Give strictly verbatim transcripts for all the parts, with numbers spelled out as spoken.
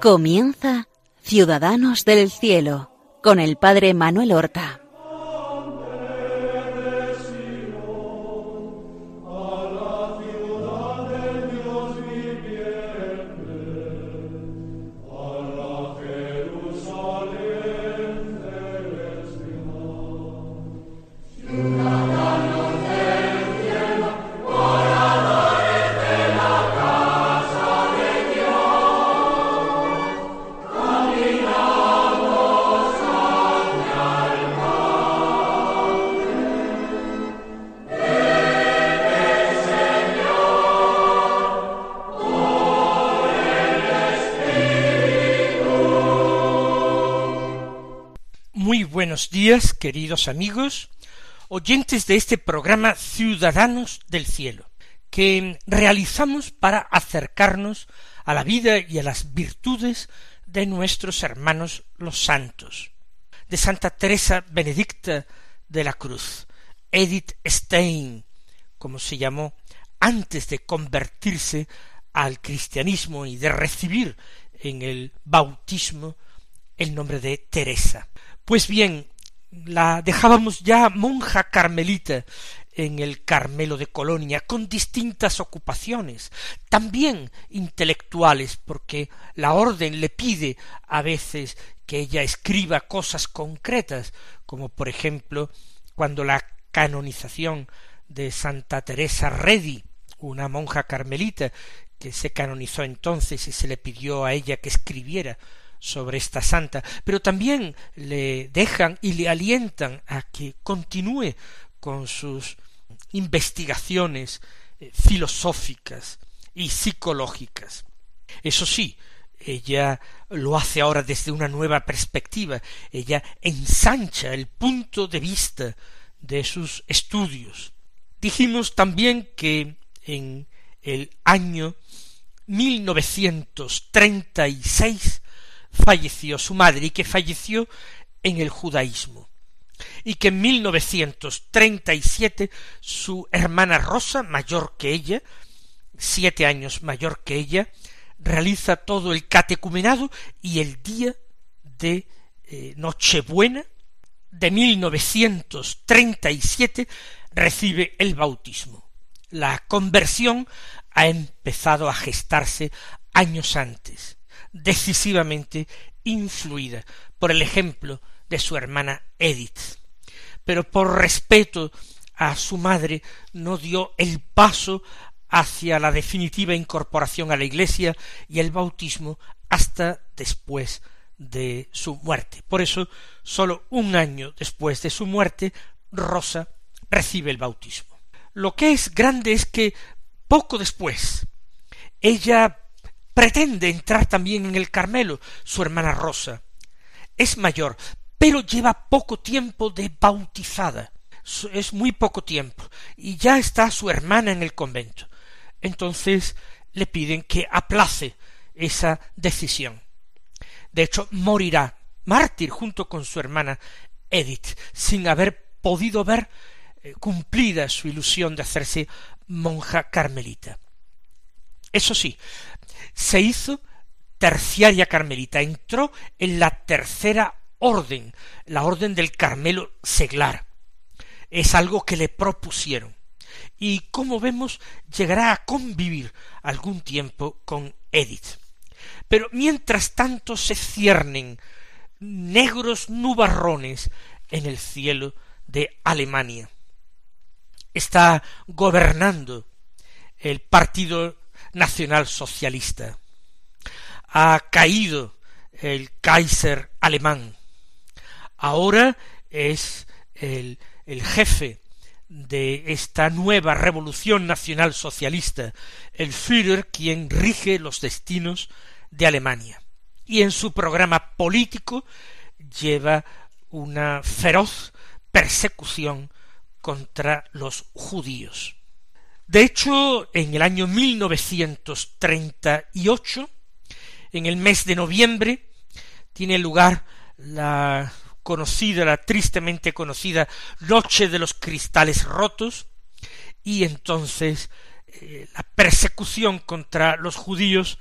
Comienza Ciudadanos del Cielo con el Padre Manuel Horta. Muy buenos días, queridos amigos, oyentes de este programa Ciudadanos del Cielo, que realizamos para acercarnos a la vida y a las virtudes de nuestros hermanos los santos, de Santa Teresa Benedicta de la Cruz, Edith Stein, como se llamó antes de convertirse al cristianismo y de recibir en el bautismo el nombre de Teresa. Pues bien, la dejábamos ya monja carmelita en el Carmelo de Colonia, con distintas ocupaciones, también intelectuales, porque la orden le pide a veces que ella escriba cosas concretas, como por ejemplo cuando la canonización de Santa Teresa Redi, una monja carmelita que se canonizó entonces y se le pidió a ella que escribiera sobre esta santa, pero también le dejan y le alientan a que continúe con sus investigaciones eh, filosóficas y psicológicas. Eso sí, ella lo hace ahora desde una nueva perspectiva, ella ensancha el punto de vista de sus estudios. Dijimos también que en el año mil novecientos treinta y seis falleció su madre, y que falleció en el judaísmo, y que en mil novecientos treinta y siete su hermana Rosa, mayor que ella, siete años mayor que ella, realiza todo el catecumenado, y el día de eh, Nochebuena de mil novecientos treinta y siete recibe el bautismo. La conversión ha empezado a gestarse años antes, decisivamente influida por el ejemplo de su hermana Edith, pero por respeto a su madre no dio el paso hacia la definitiva incorporación a la Iglesia y el bautismo hasta después de su muerte. Por eso, sólo un año después de su muerte, Rosa recibe el bautismo. Lo que es grande es que poco después ella pretende entrar también en el Carmelo, su hermana Rosa. Es mayor, pero lleva poco tiempo de bautizada. Es muy poco tiempo, y ya está su hermana en el convento. Entonces le piden que aplace esa decisión. De hecho, morirá mártir junto con su hermana Edith, sin haber podido ver eh, cumplida su ilusión de hacerse monja carmelita. Eso sí, se hizo terciaria carmelita, entró en la tercera orden, la orden del Carmelo seglar. Es algo que le propusieron, y como vemos llegará a convivir algún tiempo con Edith. Pero mientras tanto se ciernen negros nubarrones en el cielo de Alemania. Está gobernando el Partido Nacional Socialista. Ha caído el Kaiser alemán. Ahora es el, el jefe de esta nueva revolución nacional socialista, el Führer, quien rige los destinos de Alemania. Y en su programa político lleva una feroz persecución contra los judíos. De hecho, en el año mil novecientos treinta y ocho, en el mes de noviembre, tiene lugar la conocida, la tristemente conocida Noche de los Cristales Rotos, y entonces eh, la persecución contra los judíos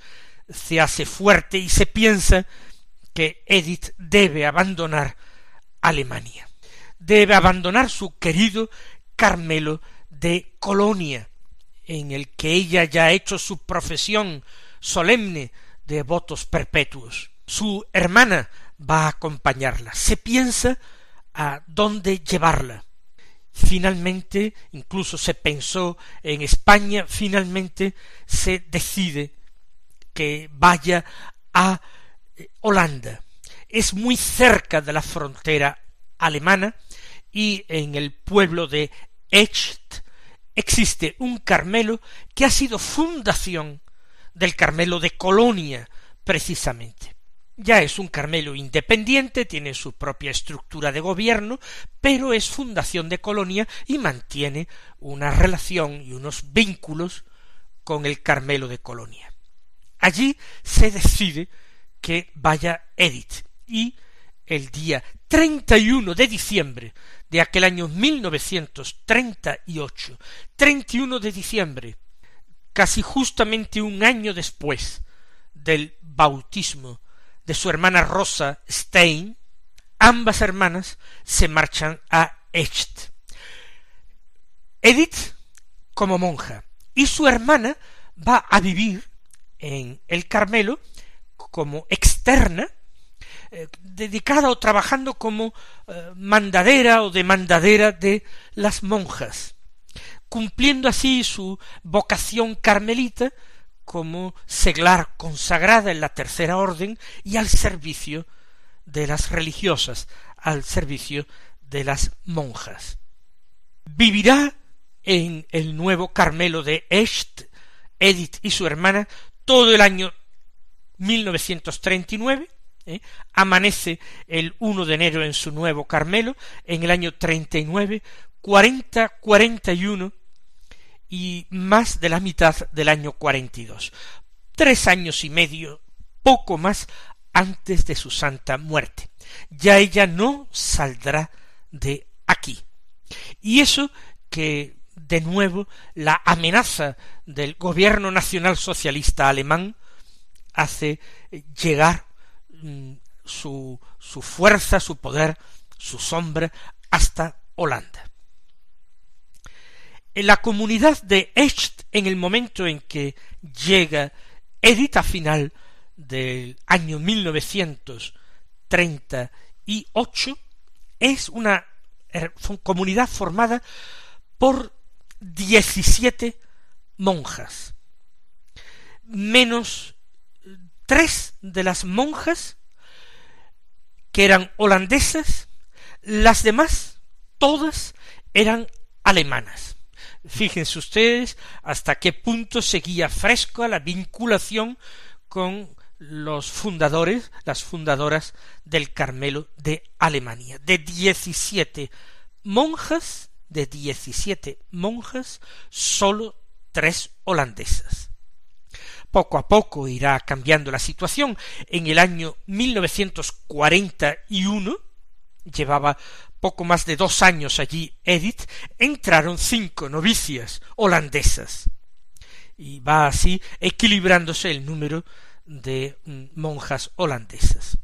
se hace fuerte y se piensa que Edith debe abandonar Alemania, debe abandonar su querido Carmelo de Colonia, en el que ella ya ha hecho su profesión solemne de votos perpetuos. Su hermana va a acompañarla. Se piensa a dónde llevarla. Finalmente, incluso se pensó en España, finalmente se decide que vaya a Holanda. Es muy cerca de la frontera alemana y en el pueblo de Echt existe un Carmelo que ha sido fundación del Carmelo de Colonia, precisamente. Ya es un Carmelo independiente, tiene su propia estructura de gobierno, pero es fundación de Colonia y mantiene una relación y unos vínculos con el Carmelo de Colonia. Allí se decide que vaya Edith, y el día treinta y uno de diciembre de aquel año mil novecientos treinta y ocho, treinta y uno de diciembre, casi justamente un año después del bautismo de su hermana Rosa Stein, ambas hermanas se marchan a Echt. Edith como monja, y su hermana va a vivir en el Carmelo como externa, eh, dedicada o trabajando como eh, mandadera o demandadera de las monjas, cumpliendo así su vocación carmelita como seglar consagrada en la tercera orden y al servicio de las religiosas, al servicio de las monjas. Vivirá en el nuevo Carmelo de Echt, Edith y su hermana, todo el año mil novecientos treinta y nueve, ¿eh? Amanece el uno de enero en su nuevo Carmelo, en el año treinta y nueve, cuarenta, cuarenta y uno, y más de la mitad del año cuarenta y dos. Tres años y medio, poco más, antes de su santa muerte. Ya ella no saldrá de aquí. Y eso que, de nuevo, la amenaza del gobierno nacional socialista alemán hace llegar mm, su, su fuerza, su poder, su sombra, hasta Holanda. En la comunidad de Echt, en el momento en que llega Edith a final del año mil novecientos treinta y ocho, es una comunidad formada por diecisiete monjas, menos tres de las monjas que eran holandesas, las demás todas eran alemanas. Fíjense ustedes hasta qué punto seguía fresca la vinculación con los fundadores, las fundadoras del Carmelo de Alemania. De diecisiete monjas, de diecisiete monjas, sólo tres holandesas. Poco a poco irá cambiando la situación. En el año mil novecientos cuarenta y uno, llevaba poco más de dos años allí Edith, entraron cinco novicias holandesas, y va así equilibrándose el número de monjas holandesas.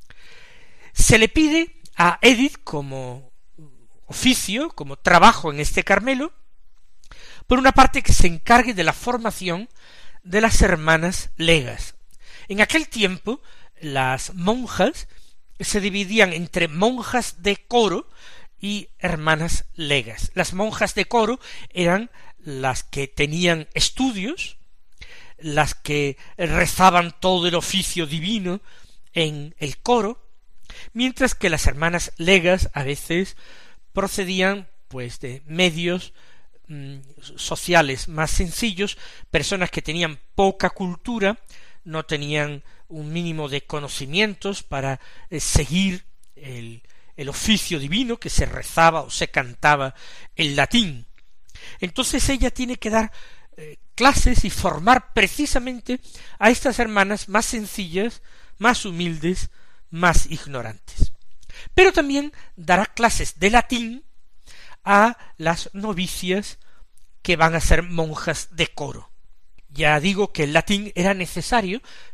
Se le pide a Edith como oficio, como trabajo en este Carmelo, por una parte que se encargue de la formación de las hermanas legas. En aquel tiempo las monjas se dividían entre monjas de coro y hermanas legas. Las monjas de coro eran las que tenían estudios, las que rezaban todo el oficio divino en el coro, mientras que las hermanas legas a veces procedían pues de medios mmm, sociales más sencillos, personas que tenían poca cultura, no tenían un mínimo de conocimientos para eh, seguir el, el oficio divino que se rezaba o se cantaba en latín. Entonces ella tiene que dar eh, clases y formar precisamente a estas hermanas más sencillas, más humildes, más ignorantes. Pero también dará clases de latín a las novicias que van a ser monjas de coro. Ya digo que el latín era necesario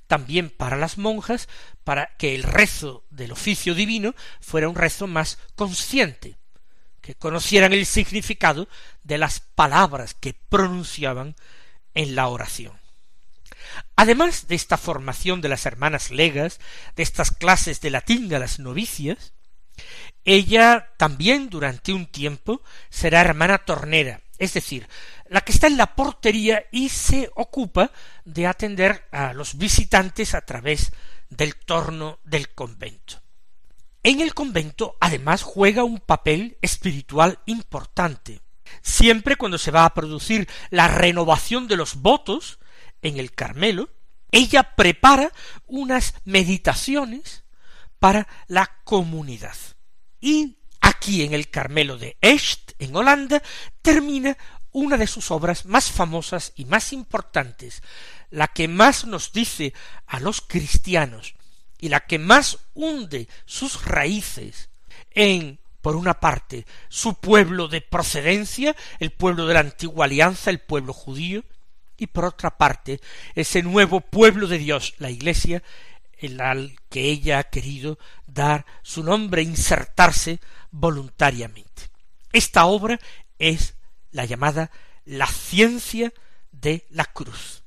también para las monjas, para que el rezo del oficio divino fuera un rezo más consciente, que conocieran el significado de las palabras que pronunciaban en la oración. Además de esta formación de las hermanas legas, de estas clases de latín a las novicias, ella también durante un tiempo será hermana tornera, es decir, la que está en la portería y se ocupa de atender a los visitantes a través del torno del convento. En el convento, además, juega un papel espiritual importante. Siempre cuando se va a producir la renovación de los votos en el Carmelo, ella prepara unas meditaciones para la comunidad. Y aquí en el Carmelo de Echt, en Holanda, termina una de sus obras más famosas y más importantes, la que más nos dice a los cristianos y la que más hunde sus raíces en, por una parte, su pueblo de procedencia, el pueblo de la antigua alianza, el pueblo judío, y por otra parte, ese nuevo pueblo de Dios, la Iglesia, el al que ella ha querido dar su nombre, insertarse voluntariamente. Esta obra es la llamada La ciencia de la cruz,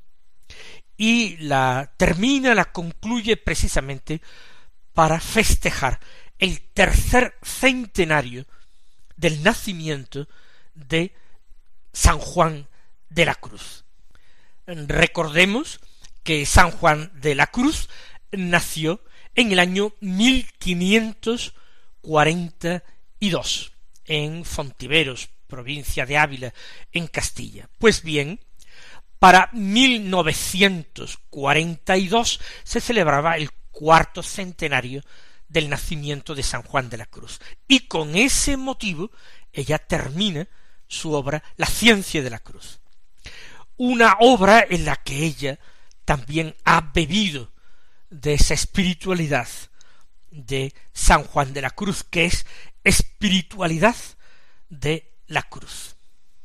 y la termina, la concluye precisamente para festejar el tercer centenario del nacimiento de San Juan de la Cruz. Recordemos que San Juan de la Cruz nació en el año mil quinientos cuarenta y dos en Fontiveros, provincia de Ávila, en Castilla. Pues bien, para mil novecientos cuarenta y dos se celebraba el cuarto centenario del nacimiento de San Juan de la Cruz, y con ese motivo ella termina su obra La ciencia de la cruz, una obra en la que ella también ha bebido de esa espiritualidad de San Juan de la Cruz, que es espiritualidad de la cruz.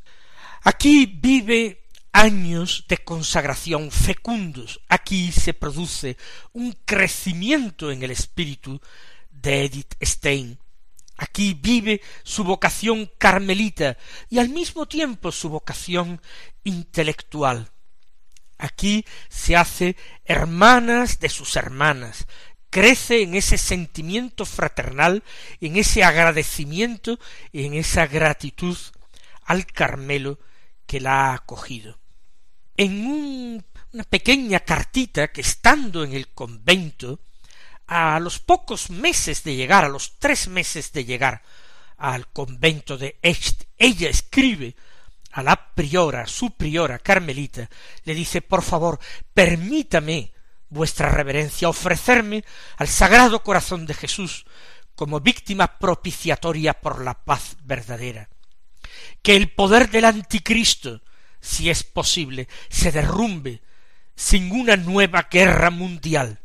Aquí vive años de consagración fecundos. Aquí se produce un crecimiento en el espíritu de Edith Stein. Aquí vive su vocación carmelita y al mismo tiempo su vocación intelectual. Aquí se hace hermanas de sus hermanas, crece en ese sentimiento fraternal, en ese agradecimiento y en esa gratitud al Carmelo que la ha acogido. En un, una pequeña cartita que, estando en el convento, a los pocos meses de llegar, a los tres meses de llegar al convento de Echt, ella escribe a la priora, su priora carmelita, le dice: por favor, permítame, vuestra reverencia, ofrecerme al Sagrado Corazón de Jesús como víctima propiciatoria por la paz verdadera. Que el poder del anticristo, si es posible, se derrumbe sin una nueva guerra mundial,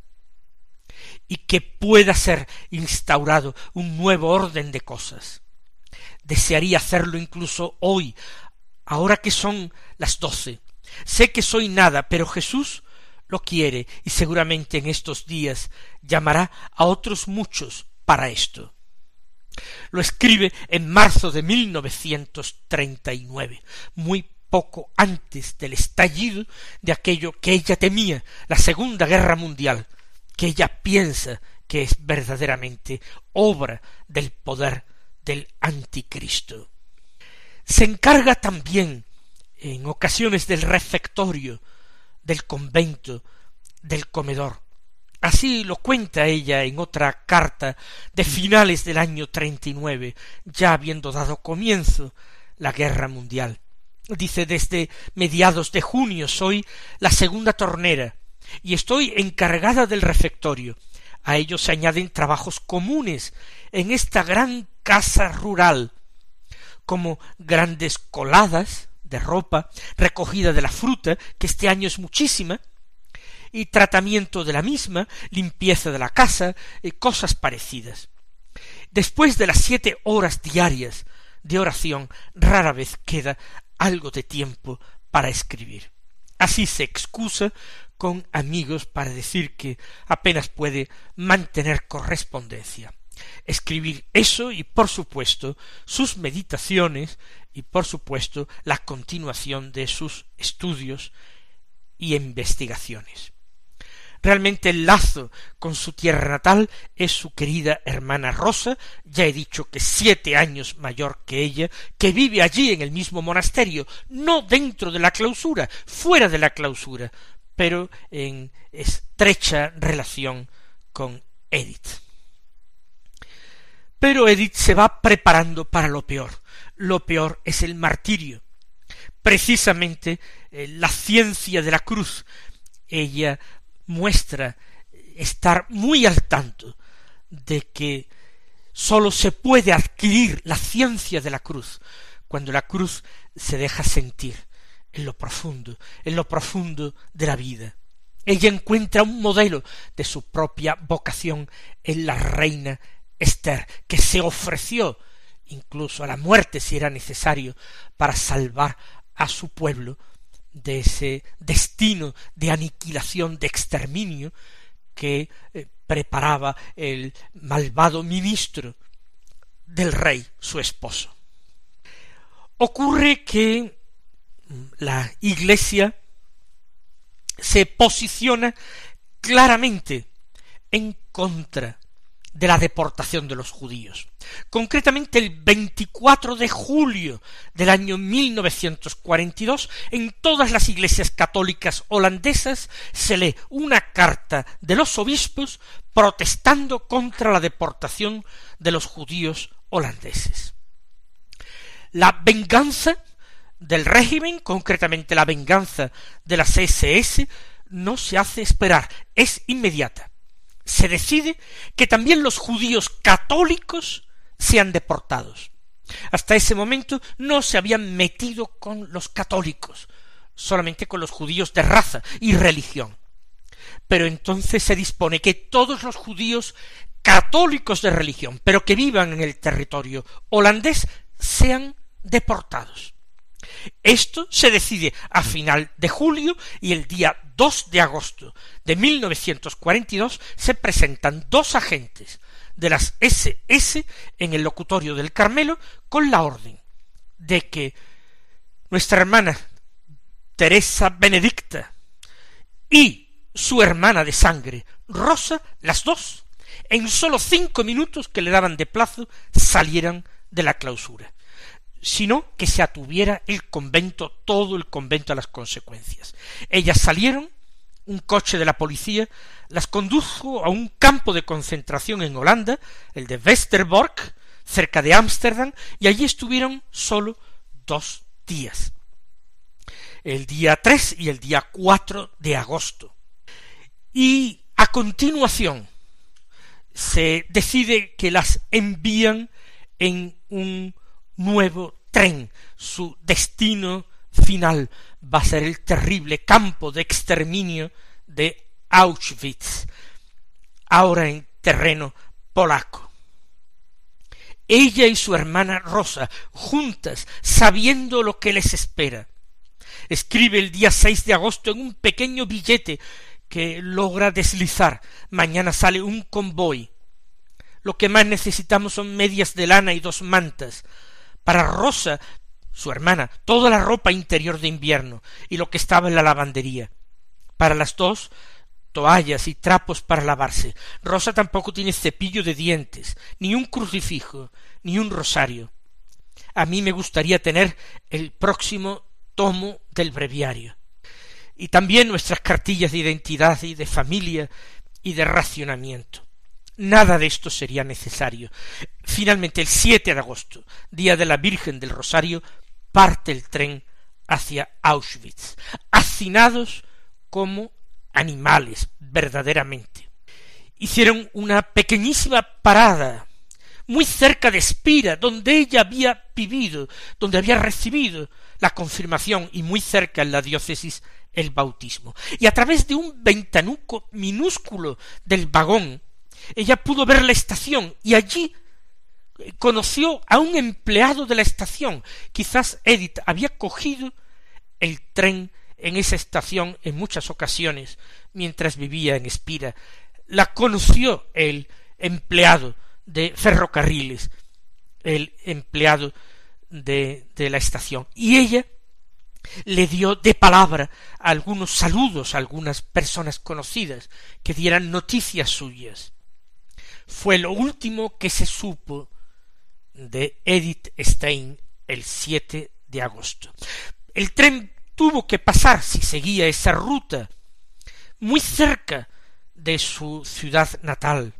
y que pueda ser instaurado un nuevo orden de cosas. Desearía hacerlo incluso hoy, ahora que son las doce. Sé que soy nada, pero Jesús lo quiere, y seguramente en estos días llamará a otros muchos para esto. Lo escribe en marzo de mil novecientos treinta y nueve, muy poco antes del estallido de aquello que ella temía, la Segunda Guerra Mundial, que ella piensa que es verdaderamente obra del poder del anticristo. Se encarga también en ocasiones del refectorio, del convento, del comedor. Así lo cuenta ella en otra carta de finales del año treinta y nueve, ya habiendo dado comienzo la guerra mundial. Dice: desde mediados de junio soy la segunda tornera y estoy encargada del refectorio. A ello se añaden trabajos comunes en esta gran casa rural, como grandes coladas de ropa, recogida de la fruta, que este año es muchísima, y tratamiento de la misma, limpieza de la casa, y cosas parecidas. Después de las siete horas diarias de oración, rara vez queda algo de tiempo para escribir. Así se excusa con amigos para decir que apenas puede mantener correspondencia. Escribir eso y, por supuesto, sus meditaciones y, por supuesto, la continuación de sus estudios y investigaciones. Realmente el lazo con su tierra natal es su querida hermana Rosa, ya he dicho que siete años mayor que ella, que vive allí en el mismo monasterio, no dentro de la clausura, fuera de la clausura, pero en estrecha relación con Edith. Pero Edith se va preparando para lo peor. Lo peor es el martirio. Precisamente eh, la ciencia de la cruz. Ella muestra estar muy al tanto de que sólo se puede adquirir la ciencia de la cruz cuando la cruz se deja sentir en lo profundo, en lo profundo de la vida. Ella encuentra un modelo de su propia vocación en la reina Esther, que se ofreció incluso a la muerte si era necesario para salvar a su pueblo de ese destino de aniquilación, de exterminio que eh, preparaba el malvado ministro del rey, su esposo. Ocurre que la Iglesia se posiciona claramente en contra de la deportación de los judíos. Concretamente el veinticuatro de julio del año mil novecientos cuarenta y dos, en todas las iglesias católicas holandesas se lee una carta de los obispos protestando contra la deportación de los judíos holandeses. La venganza del régimen, concretamente la venganza de las ese ese, no se hace esperar, es inmediata. Se decide que también los judíos católicos sean deportados. Hasta ese momento no se habían metido con los católicos, solamente con los judíos de raza y religión. Pero entonces se dispone que todos los judíos católicos de religión, pero que vivan en el territorio holandés, sean deportados. Esto se decide a final de julio y el día dos de agosto de mil novecientos cuarenta y dos se presentan dos agentes de las ese ese en el locutorio del Carmelo con la orden de que nuestra hermana Teresa Benedicta y su hermana de sangre Rosa, las dos, en sólo cinco minutos que le daban de plazo, salieran de la clausura, sino que se atuviera el convento, todo el convento a las consecuencias. Ellas salieron, un coche de la policía las condujo a un campo de concentración en Holanda, el de Westerbork, cerca de Ámsterdam, y allí estuvieron sólo dos días, el día tres y el día cuatro de agosto. Y a continuación se decide que las envían en un nuevo tren. Su destino final va a ser el terrible campo de exterminio de Auschwitz, ahora en terreno polaco. Ella y su hermana Rosa, juntas, sabiendo lo que les espera, escribe el día seis de agosto en un pequeño billete que logra deslizar: mañana sale un convoy. Lo que más necesitamos son medias de lana y dos mantas. Para Rosa, su hermana, toda la ropa interior de invierno y lo que estaba en la lavandería. Para las dos, toallas y trapos para lavarse. Rosa tampoco tiene cepillo de dientes, ni un crucifijo, ni un rosario. A mí me gustaría tener el próximo tomo del breviario. Y también nuestras cartillas de identidad y de familia y de racionamiento. Nada de esto sería necesario. Finalmente, el siete de agosto, día de la Virgen del Rosario, parte el tren hacia Auschwitz, hacinados como animales, verdaderamente. Hicieron una pequeñísima parada muy cerca de Spira, donde ella había vivido, donde había recibido la confirmación, y muy cerca en la diócesis el bautismo. Y a través de un ventanuco minúsculo del vagón, ella pudo ver la estación, y allí conoció a un empleado de la estación. Quizás Edith había cogido el tren en esa estación en muchas ocasiones mientras vivía en Espira. La conoció el empleado de ferrocarriles, el empleado de, de la estación, y ella le dio de palabra algunos saludos a algunas personas conocidas que dieran noticias suyas. Fue lo último que se supo de Edith Stein el siete de agosto. El tren tuvo que pasar, si seguía esa ruta, muy cerca de su ciudad natal,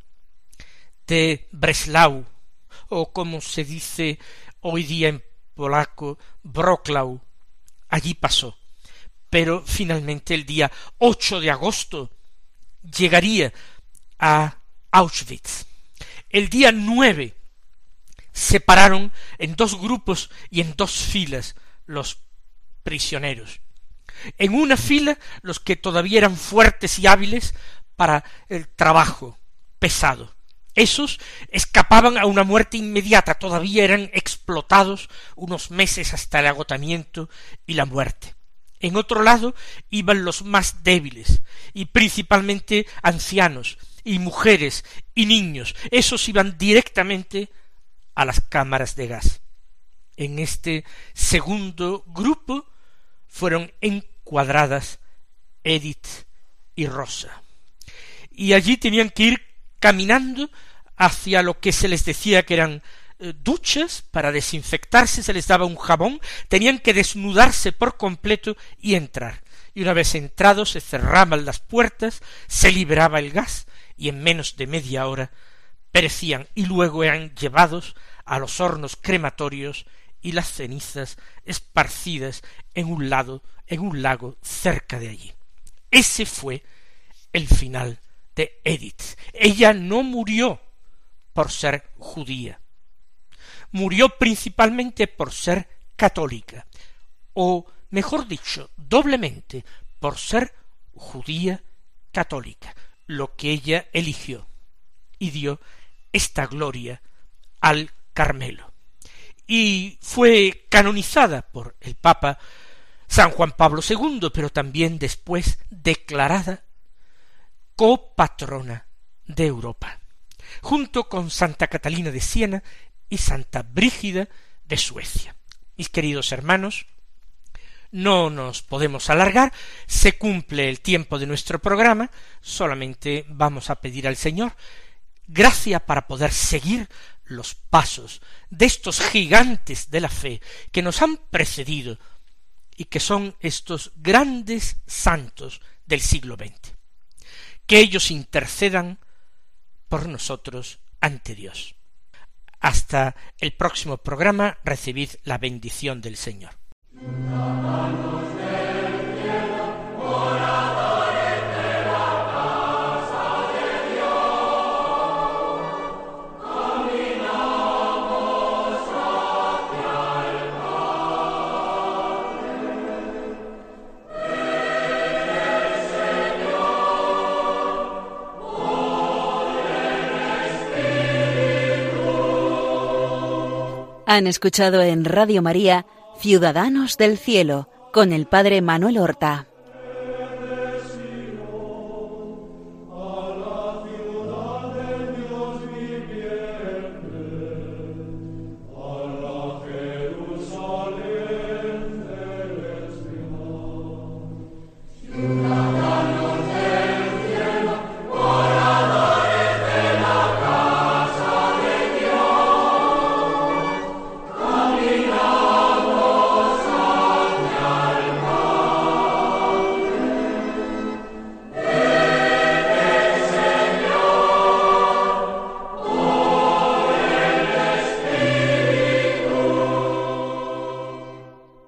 de Breslau, o como se dice hoy día en polaco, Wrocław. Allí pasó, pero finalmente el día ocho de agosto llegaría a Auschwitz. El día nueve se pararon en dos grupos y en dos filas los prisioneros. En una fila los que todavía eran fuertes y hábiles para el trabajo pesado. Esos escapaban a una muerte inmediata, todavía eran explotados unos meses hasta el agotamiento y la muerte. En otro lado iban los más débiles, y principalmente ancianos, y mujeres, y niños. Esos iban directamente a las cámaras de gas. En este segundo grupo fueron encuadradas Edith y Rosa, y allí tenían que ir caminando hacia lo que se les decía que eran eh, duchas para desinfectarse, se les daba un jabón, tenían que desnudarse por completo y entrar. Y una vez entrados se cerraban las puertas, se liberaba el gas y en menos de media hora perecían, y luego eran llevados a los hornos crematorios y las cenizas esparcidas en un lado, en un lago cerca de allí. Ese fue el final de Edith. Ella no murió por ser judía, murió principalmente por ser católica, o mejor dicho, doblemente por ser judía católica, lo que ella eligió, y dio esta gloria al Carmelo. Y fue canonizada por el Papa San Juan Pablo segundo, pero también después declarada copatrona de Europa, junto con Santa Catalina de Siena y Santa Brígida de Suecia. Mis queridos hermanos, no nos podemos alargar, se cumple el tiempo de nuestro programa, solamente vamos a pedir al Señor gracia para poder seguir los pasos de estos gigantes de la fe que nos han precedido y que son estos grandes santos del siglo veinte. Que ellos intercedan por nosotros ante Dios. Hasta el próximo programa, recibid la bendición del Señor. Han escuchado en Radio María Ciudadanos del Cielo con el Padre Manuel Horta.